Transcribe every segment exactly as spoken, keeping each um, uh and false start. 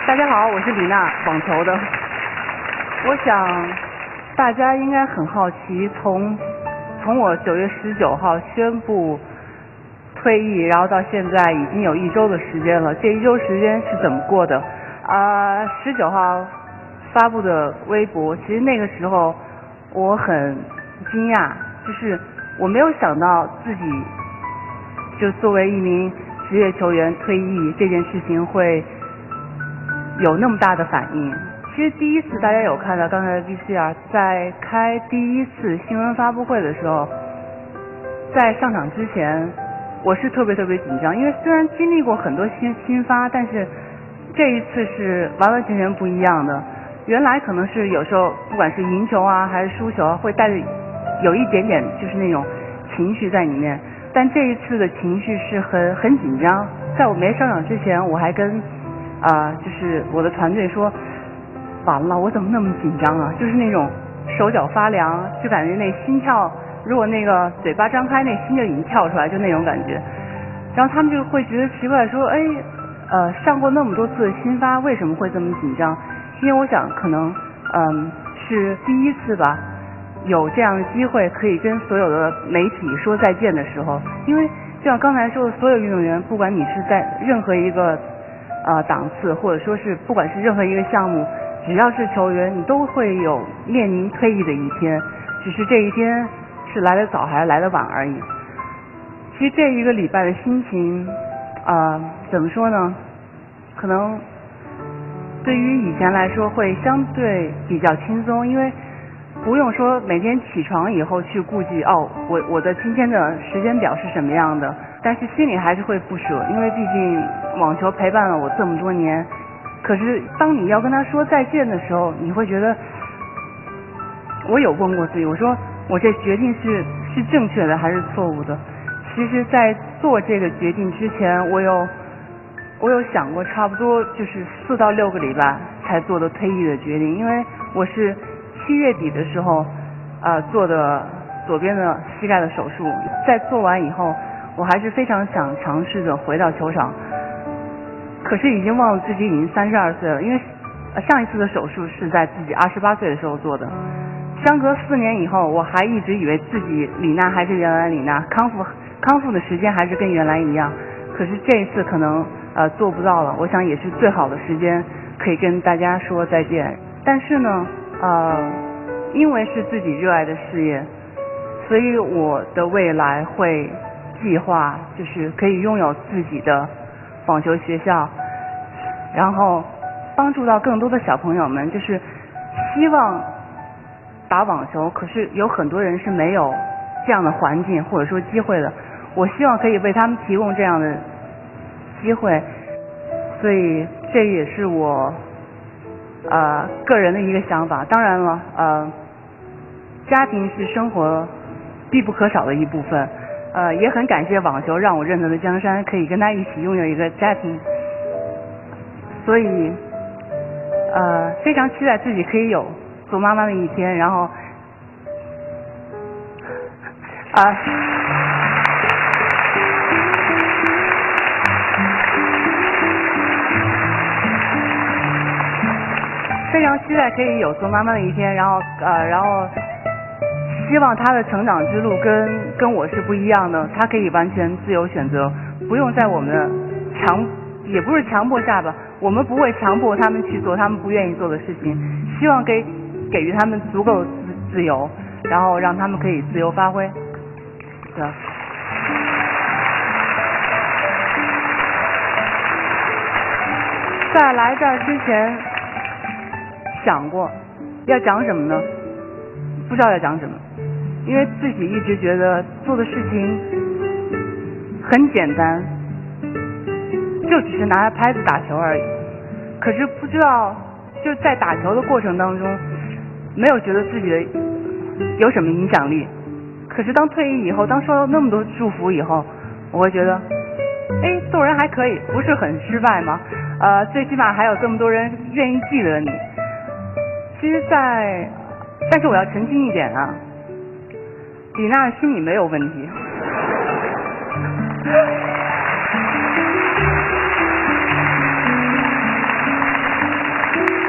大家好，我是李娜，网球的。我想大家应该很好奇，从从我九月十九号宣布退役，然后到现在已经有一周的时间了，这一周时间是怎么过的？啊、呃，十九号发布的微博，其实那个时候我很惊讶，就是我没有想到自己就作为一名职业球员退役这件事情会有那么大的反应。其实第一次大家有看到刚才的 V C R 在开第一次新闻发布会的时候，在上场之前我是特别特别紧张，因为虽然经历过很多新新发，但是这一次是完完全全不一样的。原来可能是有时候不管是赢球啊还是输球啊，会带着有一点点就是那种情绪在里面，但这一次的情绪是很很紧张。在我没上场之前，我还跟啊、呃、就是我的团队说，完了，我怎么那么紧张啊？就是那种手脚发凉，就感觉那心跳，如果那个嘴巴张开，那心就已经跳出来，就那种感觉。然后他们就会觉得奇怪，说，哎，呃，上过那么多次的新发，为什么会这么紧张？因为我想可能，嗯，是第一次吧，有这样的机会可以跟所有的媒体说再见的时候。因为就像刚才说的，所有运动员，不管你是在任何一个呃档次，或者说是不管是任何一个项目，只要是球员，你都会有面临退役的一天，只是这一天是来得早还是来得晚而已。其实这一个礼拜的心情，啊、呃，怎么说呢？可能对于以前来说会相对比较轻松，因为不用说每天起床以后去顾忌哦，我我的今天的时间表是什么样的，但是心里还是会不舍，因为毕竟网球陪伴了我这么多年。可是当你要跟他说再见的时候，你会觉得，我有问过自己，我说我这决定是是正确的还是错误的？其实在做这个决定之前，我有我有想过，差不多就是四到六个礼拜才做的退役的决定，因为我是七月底的时候呃做的左边的膝盖的手术，在做完以后，我还是非常想尝试着回到球场。可是已经忘了自己已经三十二岁了，因为上一次的手术是在自己二十八岁的时候做的。相隔四年以后，我还一直以为自己李娜还是原来李娜，康复康复的时间还是跟原来一样。可是这一次可能呃做不到了，我想也是最好的时间可以跟大家说再见。但是呢，呃，因为是自己热爱的事业，所以我的未来会计划就是可以拥有自己的网球学校，然后帮助到更多的小朋友们，就是希望打网球，可是有很多人是没有这样的环境或者说机会的，我希望可以为他们提供这样的机会，所以这也是我呃个人的一个想法。当然了，呃，家庭是生活必不可少的一部分。呃，也很感谢网球让我认得的江山，可以跟他一起拥有一个家庭，所以呃非常期待自己可以有做妈妈的一天，然后啊、呃、非常期待可以有做妈妈的一天，然后呃然后希望他的成长之路跟跟我是不一样的，他可以完全自由选择，不用在我们的强，也不是强迫下吧，我们不会强迫他们去做他们不愿意做的事情，希望给给予他们足够自自由，然后让他们可以自由发挥。对。在来这儿之前想过要讲什么呢？不知道要讲什么。因为自己一直觉得做的事情很简单，就只是拿着拍子打球而已。可是不知道就在打球的过程当中，没有觉得自己的有什么影响力。可是当退役以后，当收到那么多祝福以后，我会觉得，哎，做人还可以，不是很失败吗？呃，最起码还有这么多人愿意记得你。其实在，但是我要澄清一点啊。李娜心里没有问题，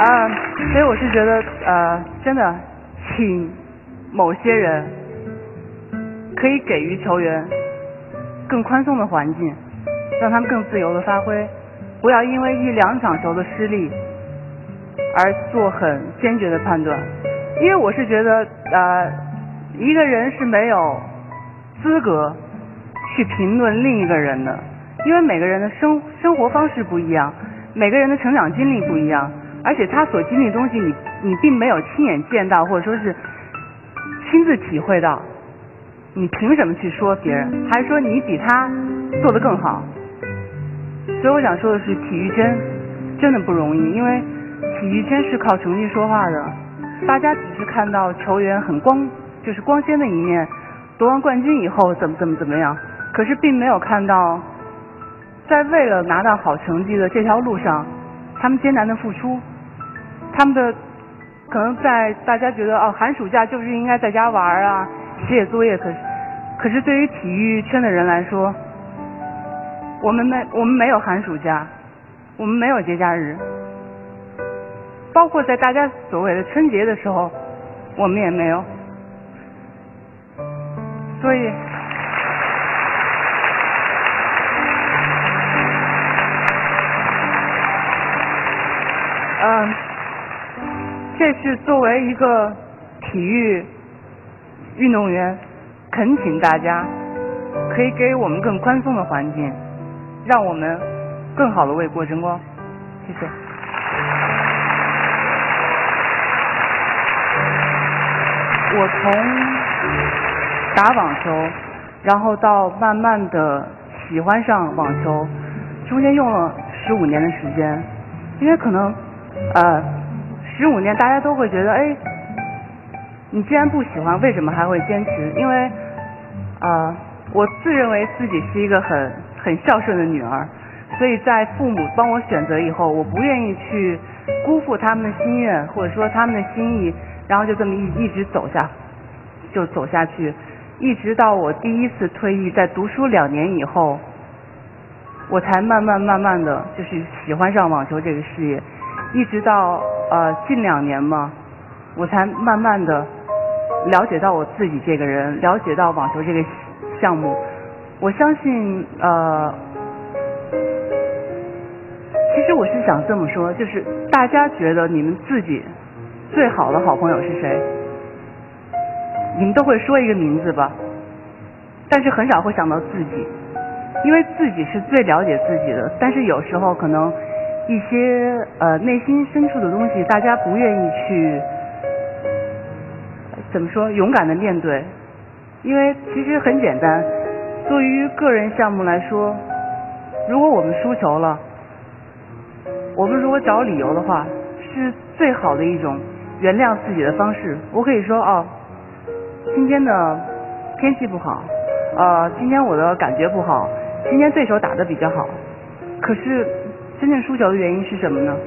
啊、所以我是觉得呃，真的，请某些人可以给予球员更宽松的环境，让他们更自由的发挥，不要因为一两场球的失利而做很坚决的判断。因为我是觉得呃，一个人是没有资格去评论另一个人的，因为每个人的生生活方式不一样，每个人的成长经历不一样，而且他所经历的东西你你并没有亲眼见到，或者说是亲自体会到，你凭什么去说别人，还是说你比他做得更好？所以我想说的是，体育圈真的不容易，因为体育圈是靠成绩说话的，大家只是看到球员很光就是光鲜的一面，夺完冠军以后怎么怎么怎么样，可是并没有看到在为了拿到好成绩的这条路上他们艰难的付出，他们的可能在大家觉得哦，寒暑假就是应该在家玩啊，写写作业，可是可是对于体育圈的人来说，我们没我们没有寒暑假，我们没有节假日，包括在大家所谓的春节的时候我们也没有。所以嗯，这是作为一个体育运动员，恳请大家可以给我们更宽松的环境，让我们更好的为国争光。谢谢。我从打网球，然后到慢慢的喜欢上网球，中间用了十五年的时间。因为可能呃十五年大家都会觉得，哎，你既然不喜欢，为什么还会坚持？因为呃我自认为自己是一个很很孝顺的女儿，所以在父母帮我选择以后，我不愿意去辜负他们的心愿，或者说他们的心意，然后就这么一一直走下就走下去，一直到我第一次退役，在读书两年以后，我才慢慢慢慢的就是喜欢上网球这个事业，一直到呃近两年嘛，我才慢慢的了解到我自己这个人，了解到网球这个项目。我相信呃其实我是想这么说，就是大家觉得你们自己最好的好朋友是谁？你们都会说一个名字吧，但是很少会想到自己，因为自己是最了解自己的。但是有时候可能一些呃内心深处的东西，大家不愿意去怎么说勇敢的面对，因为其实很简单，对于个人项目来说，如果我们输球了，我们如果找理由的话，是最好的一种原谅自己的方式。我可以说哦，今天的天气不好，呃，今天我的感觉不好，今天对手打得比较好。可是真正输球的原因是什么呢？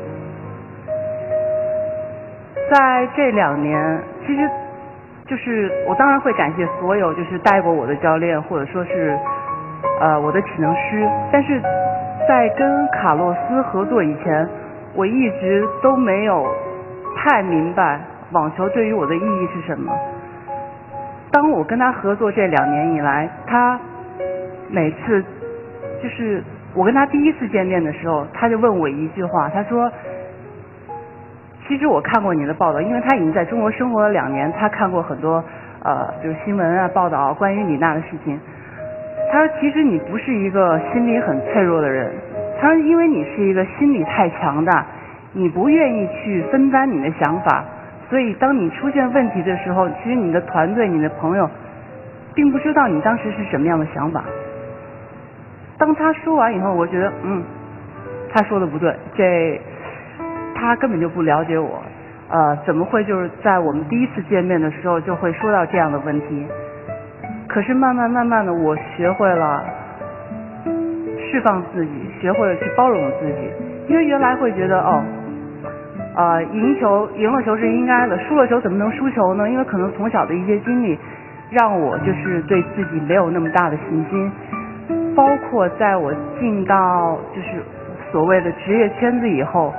在这两年，其实就是我当然会感谢所有就是带过我的教练，或者说是呃我的体能师，但是在跟卡洛斯合作以前，我一直都没有太明白网球对于我的意义是什么。当我跟他合作这两年以来，他每次就是我跟他第一次见面的时候，他就问我一句话，他说其实我看过你的报道，因为他已经在中国生活了两年，他看过很多呃就是新闻啊报道关于李娜的事情。他说其实你不是一个心理很脆弱的人，他说因为你是一个心理太强大，你不愿意去分担你的想法，所以当你出现问题的时候，其实你的团队你的朋友并不知道你当时是什么样的想法。当他说完以后，我觉得嗯他说的不对，这他根本就不了解我，呃怎么会就是在我们第一次见面的时候就会说到这样的问题。可是慢慢慢慢的我学会了释放自己，学会了去包容自己。因为原来会觉得哦呃赢球赢了球是应该的，输了球怎么能输球呢？因为可能从小的一些经历让我就是对自己没有那么大的信心，包括在我进到就是所谓的职业圈子以后，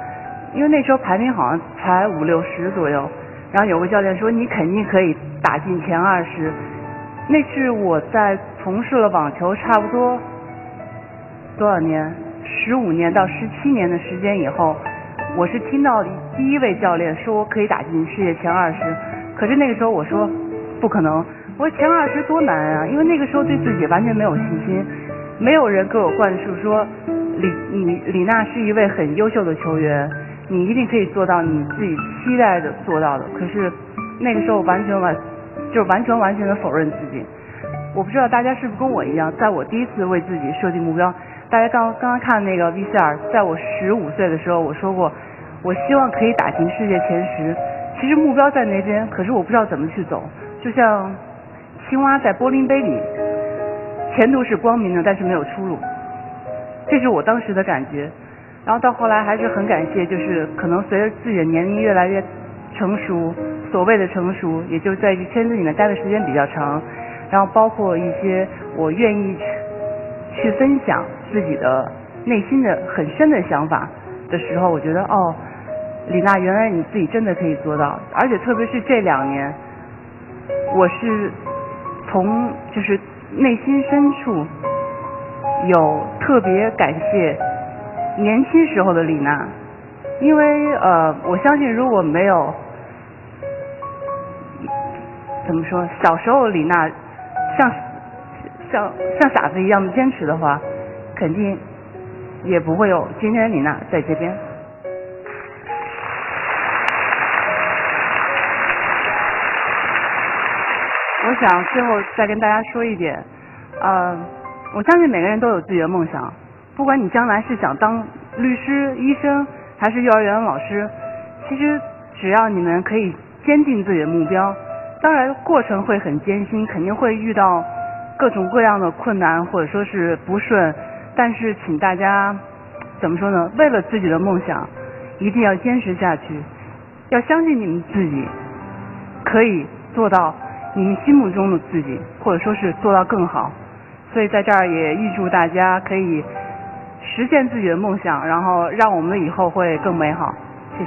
因为那时候排名好像才五六十左右，然后有个教练说你肯定可以打进前二十。那是我在从事了网球差不多多少年，十五年到十七年的时间以后，我是听到第一位教练说我可以打进世界前二十。可是那个时候我说不可能，我说前二十多难啊，因为那个时候对自己完全没有信心，没有人给我灌输说李你李娜是一位很优秀的球员，你一定可以做到你自己期待的做到的。可是那个时候完全完就是完全完全的否认自己。我不知道大家是不是跟我一样，在我第一次为自己设定目标，大家刚刚刚看那个 V C R， 在我十五岁的时候我说过我希望可以打进世界前十。其实目标在那边，可是我不知道怎么去走，就像青蛙在玻璃杯里，前途是光明的，但是没有出路，这是我当时的感觉。然后到后来还是很感谢，就是可能随着自己的年龄越来越成熟，所谓的成熟也就是在这圈子里面待的时间比较长，然后包括一些我愿意去去分享自己的内心的很深的想法的时候，我觉得哦，李娜原来你自己真的可以做到。而且特别是这两年，我是从就是内心深处有特别感谢年轻时候的李娜，因为呃我相信如果没有怎么说小时候李娜像像像傻子一样的坚持的话，肯定也不会有今天的李娜在这边。我想最后再跟大家说一点，呃，我相信每个人都有自己的梦想，不管你将来是想当律师、医生，还是幼儿园老师，其实只要你们可以坚定自己的目标，当然过程会很艰辛，肯定会遇到各种各样的困难或者说是不顺，但是请大家怎么说呢？为了自己的梦想，一定要坚持下去，要相信你们自己可以做到你们心目中的自己，或者说是做到更好。所以在这儿也预祝大家可以实现自己的梦想，然后让我们以后会更美好。